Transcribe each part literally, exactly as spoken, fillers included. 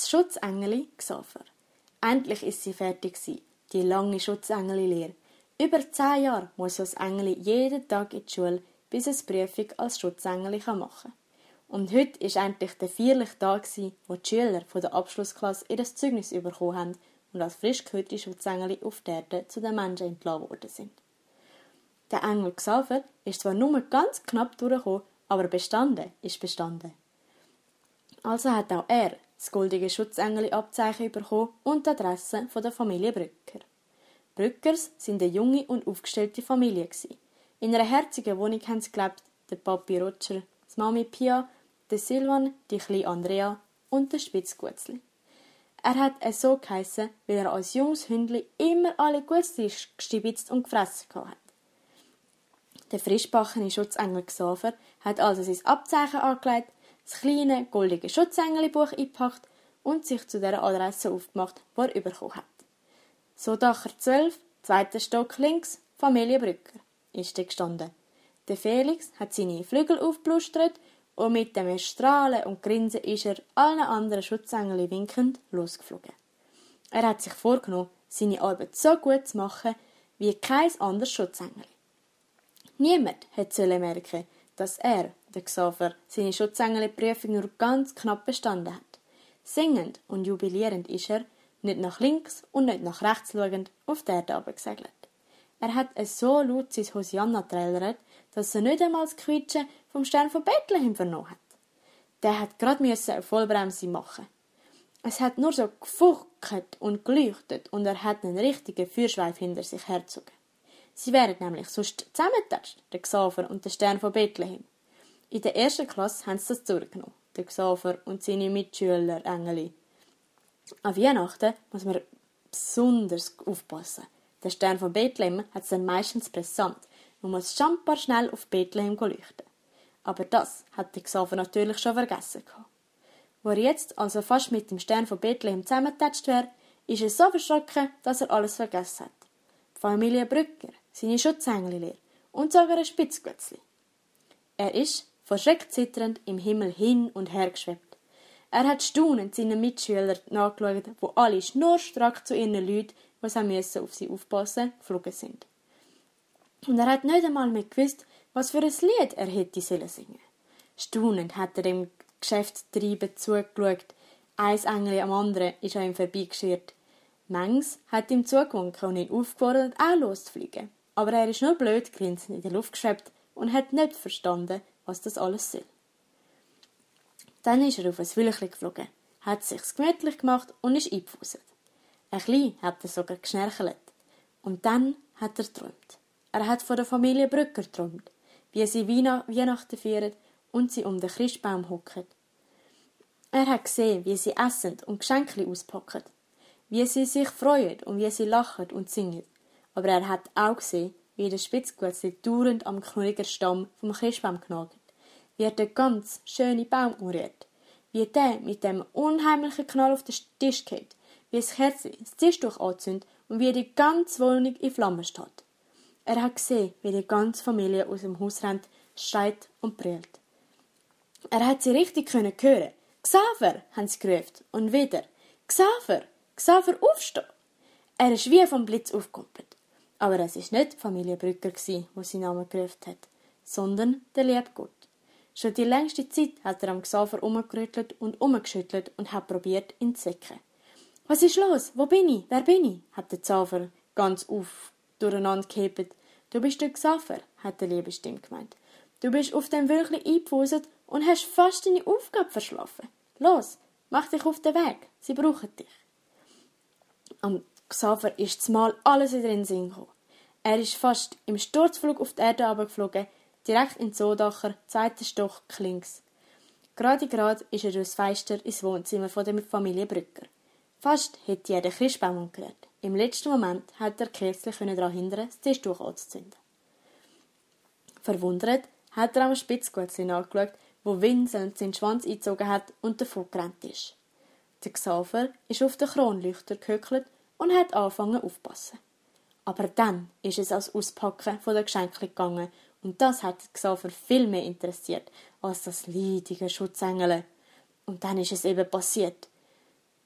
Das Schutzengeli Xaver. Endlich ist sie fertig gewesen, die lange Schutzengeli-Lehre. Über zehn Jahre muss das Engeli jeden Tag in die Schule, bis es die Prüfung als Schutzengeli machen kann. Und heute war endlich der feierliche Tag, wo die Schüler von der Abschlussklasse ihr Zeugnis bekommen haben und als frisch gehüllte Schutzengeli auf der Erde zu den Menschen entlassen worden sind. Der Engel Xaver ist zwar nur ganz knapp durchgekommen, aber bestanden ist bestanden. Also hat auch er das goldige Schutzengeli-Abzeichen bekommen und die Adresse von der Familie Brücker. Brückers sind eine junge und aufgestellte Familie. In einer herzigen Wohnung haben sie gelebt, der Papi Roger, die Mami Pia, der Silvan, die kleine Andrea und der Spitzgutzli. Er hat es so geheissen, weil er als junges Hündli immer alle Gutzli gestibitzt und gefressen hat. Der frischbachene Schutzengel Xaver hat also sein Abzeichen angelegt, das kleine, goldige Schutzengeli-Buch eingepackt und sich zu der Adresse aufgemacht, die er bekommen hat. So Dacher zwölf, zweiter Stock links, Familie Brücker, ist da gestanden. Der Felix hat seine Flügel aufgeblustert und mit dem Strahlen und Grinsen ist er allen anderen Schutzengeli winkend losgeflogen. Er hat sich vorgenommen, seine Arbeit so gut zu machen wie kein anderes Schutzengeli. Niemand sollte merken, dass er, der Xaver, seine Schutzengeli-Prüfung nur ganz knapp bestanden hat. Singend und jubilierend ist er, nicht nach links und nicht nach rechts schauend, auf die Erde runtergesegelt. Er hat es so laut sein Hosianna trällert, dass er nicht einmal das Quietschen vom Stern von Bethlehem vernommen hat. Der hat gerade eine Vollbremse machen. Es hat nur so gefuckelt und geleuchtet und er hat einen richtigen Feuerschweif hinter sich hergezogen. Sie wären nämlich sonst zusammengetatscht, der Xaver und der Stern von Bethlehem. In der ersten Klasse haben sie das durchgenommen, der Xaver und seine Mitschüler Engeli. An Weihnachten muss man besonders aufpassen. Der Stern von Bethlehem hat es dann meistens brisant. Man muss schambar schnell auf Bethlehem leuchten. Aber das hat der Xaver natürlich schon vergessen gehabt. Wo er jetzt also fast mit dem Stern von Bethlehem zusammengetatscht wäre, ist er so verschrocken, dass er alles vergessen hat. Die Familie Brücker, seine Schutzengeli und sogar ein Spitzgutzli. Er ist, vor Schreck zitternd, im Himmel hin und her geschwebt. Er hat staunend seinen Mitschülern nachgeschaut, wo alle schnurstracks zu ihren Leuten, die sie müssen auf sie aufpassen, geflogen sind. Und er hat nicht einmal mehr gewusst, was für ein Lied er hätte singen sollen. Staunend hat er dem Geschäftstreiben zugeschaut. Ein Engel am anderen ist an ihm vorbeigeschirrt. Mangs hat ihm zugewunken und ihn aufgefordert, auch loszufliegen. Aber er ist nur blöd grinsend in der Luft geschwebt und hat nicht verstanden, was das alles soll. Dann ist er auf ein Wülchli geflogen, hat sich's gemütlich gemacht und ist eingefuselt. Ein bisschen hat er sogar geschnärchelt. Und dann hat er geträumt. Er hat von der Familie Brücker geträumt, wie sie Weihnachten feiern und sie um den Christbaum hocken. Er hat gesehen, wie sie essen und Geschenke auspacken, wie sie sich freuen und wie sie lachen und singen. Aber er hat auch gesehen, wie der Spitzgutzli dauernd am knurrigen Stamm vom Christbaum knagt, wie er den ganz schönen Baum umrührt, wie der mit dem unheimlichen Knall auf den Tisch geht, wie das Kerzchen das Tischtuch anzündet und wie die ganze Wohnung in Flammen steht. Er hat gesehen, wie die ganze Familie aus dem Haus rennt, schreit und brüllt. Er hat sie richtig können hören. «Xaver!» haben sie gerufen. Und wieder. «Xaver! Xaver, aufstehen!» Er ist wie vom Blitz aufgekuppelt. Aber es war nicht die Familie Brücker, die seinen Namen gerufen hat, sondern der liebe Gott. Schon die längste Zeit hat er am Xaver umgerüttelt und umgeschüttelt und hat probiert, ihn zu wecken. «Was ist los? Wo bin ich? Wer bin ich?» hat der Xaver ganz auf durcheinander gehebt. «Du bist der Xaver», hat die liebe Stimme gemeint. «Du bist auf dem Wölkli eingefuselt und hast fast deine Aufgabe verschlafen. Los, mach dich auf den Weg, sie brauchen dich.» Am Xaver ist zumal alles wieder in den Sinn gekommen. Er ist fast im Sturzflug auf die Erde runtergeflogen, direkt in Sodacher, zweiter Stock links. Gerade gerade ist er durchs Fenster ins Wohnzimmer von der Familie Brücker. Fast hätte er den Christbaum umgerührt. Im letzten Moment hat er Kerzchen daran hindern, das Tischtuch anzuzünden. Verwundert hat er am Spitzgutzli nachgeschaut, wo winselnd seinen Schwanz eingezogen hat und davon gerannt ist. Der Xaver ist auf den Kronleuchter gehöckelt und hat angefangen aufzupassen. Aber dann ist es als Auspacken von den Geschenken gegangen und das hat Xaver viel mehr interessiert als das leidige Schutzengel. Und dann ist es eben passiert.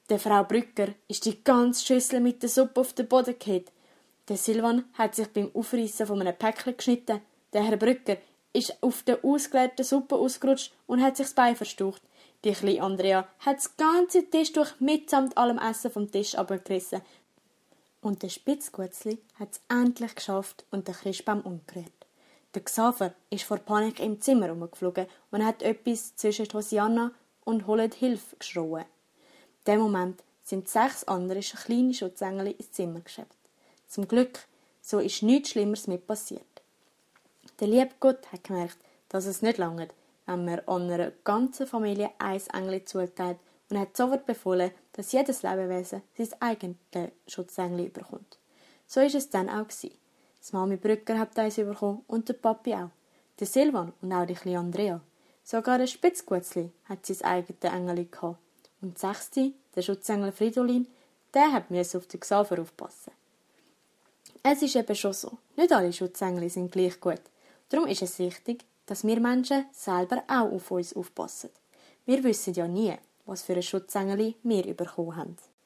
Der Frau Brücker ist die ganze Schüssel mit der Suppe auf den Boden gefallen. Der Silvan hat sich beim Aufreissen von einem Päckchen geschnitten. Der Herr Brücker ist auf der ausgeleerten Suppe ausgerutscht und hat sich das Bein verstaucht. Die kleine Andrea hat das ganze Tisch durch mitsamt allem Essen vom Tisch abgerissen. Und der Spitzgutzli hat es endlich geschafft und den Christbaum umgerührt. Der Xaver ist vor Panik im Zimmer herumgeflogen und hat etwas zwischen Hosianna und «Holet Hilfe» geschrien. In dem Moment sind sechs andere kleine Schutzengel ins Zimmer geschleppt. Zum Glück, so ist nichts Schlimmeres mit passiert. Der liebe Gott hat gemerkt, dass es nicht lange, wenn man einer ganzen Familie ein Engel zuteilt und hat sofort befohlen, dass jedes Lebewesen sein eigenes Schutzengel bekommt. So ist es dann auch gewesen. Die Mami Brücker hat eins bekommen und der Papi auch. Der Silvan und auch die kleine Andrea. Sogar der Spitzgutzli hat sein eigenes Engel gehabt. Und der Sechste, der Schutzengel Fridolin, der hat auf den Xaver aufpassen. Es ist eben schon so, nicht alle Schutzengel sind gleich gut. Darum ist es wichtig, dass wir Menschen selber auch auf uns aufpassen. Wir wissen ja nie, was für ein Schutzengel wir bekommen haben.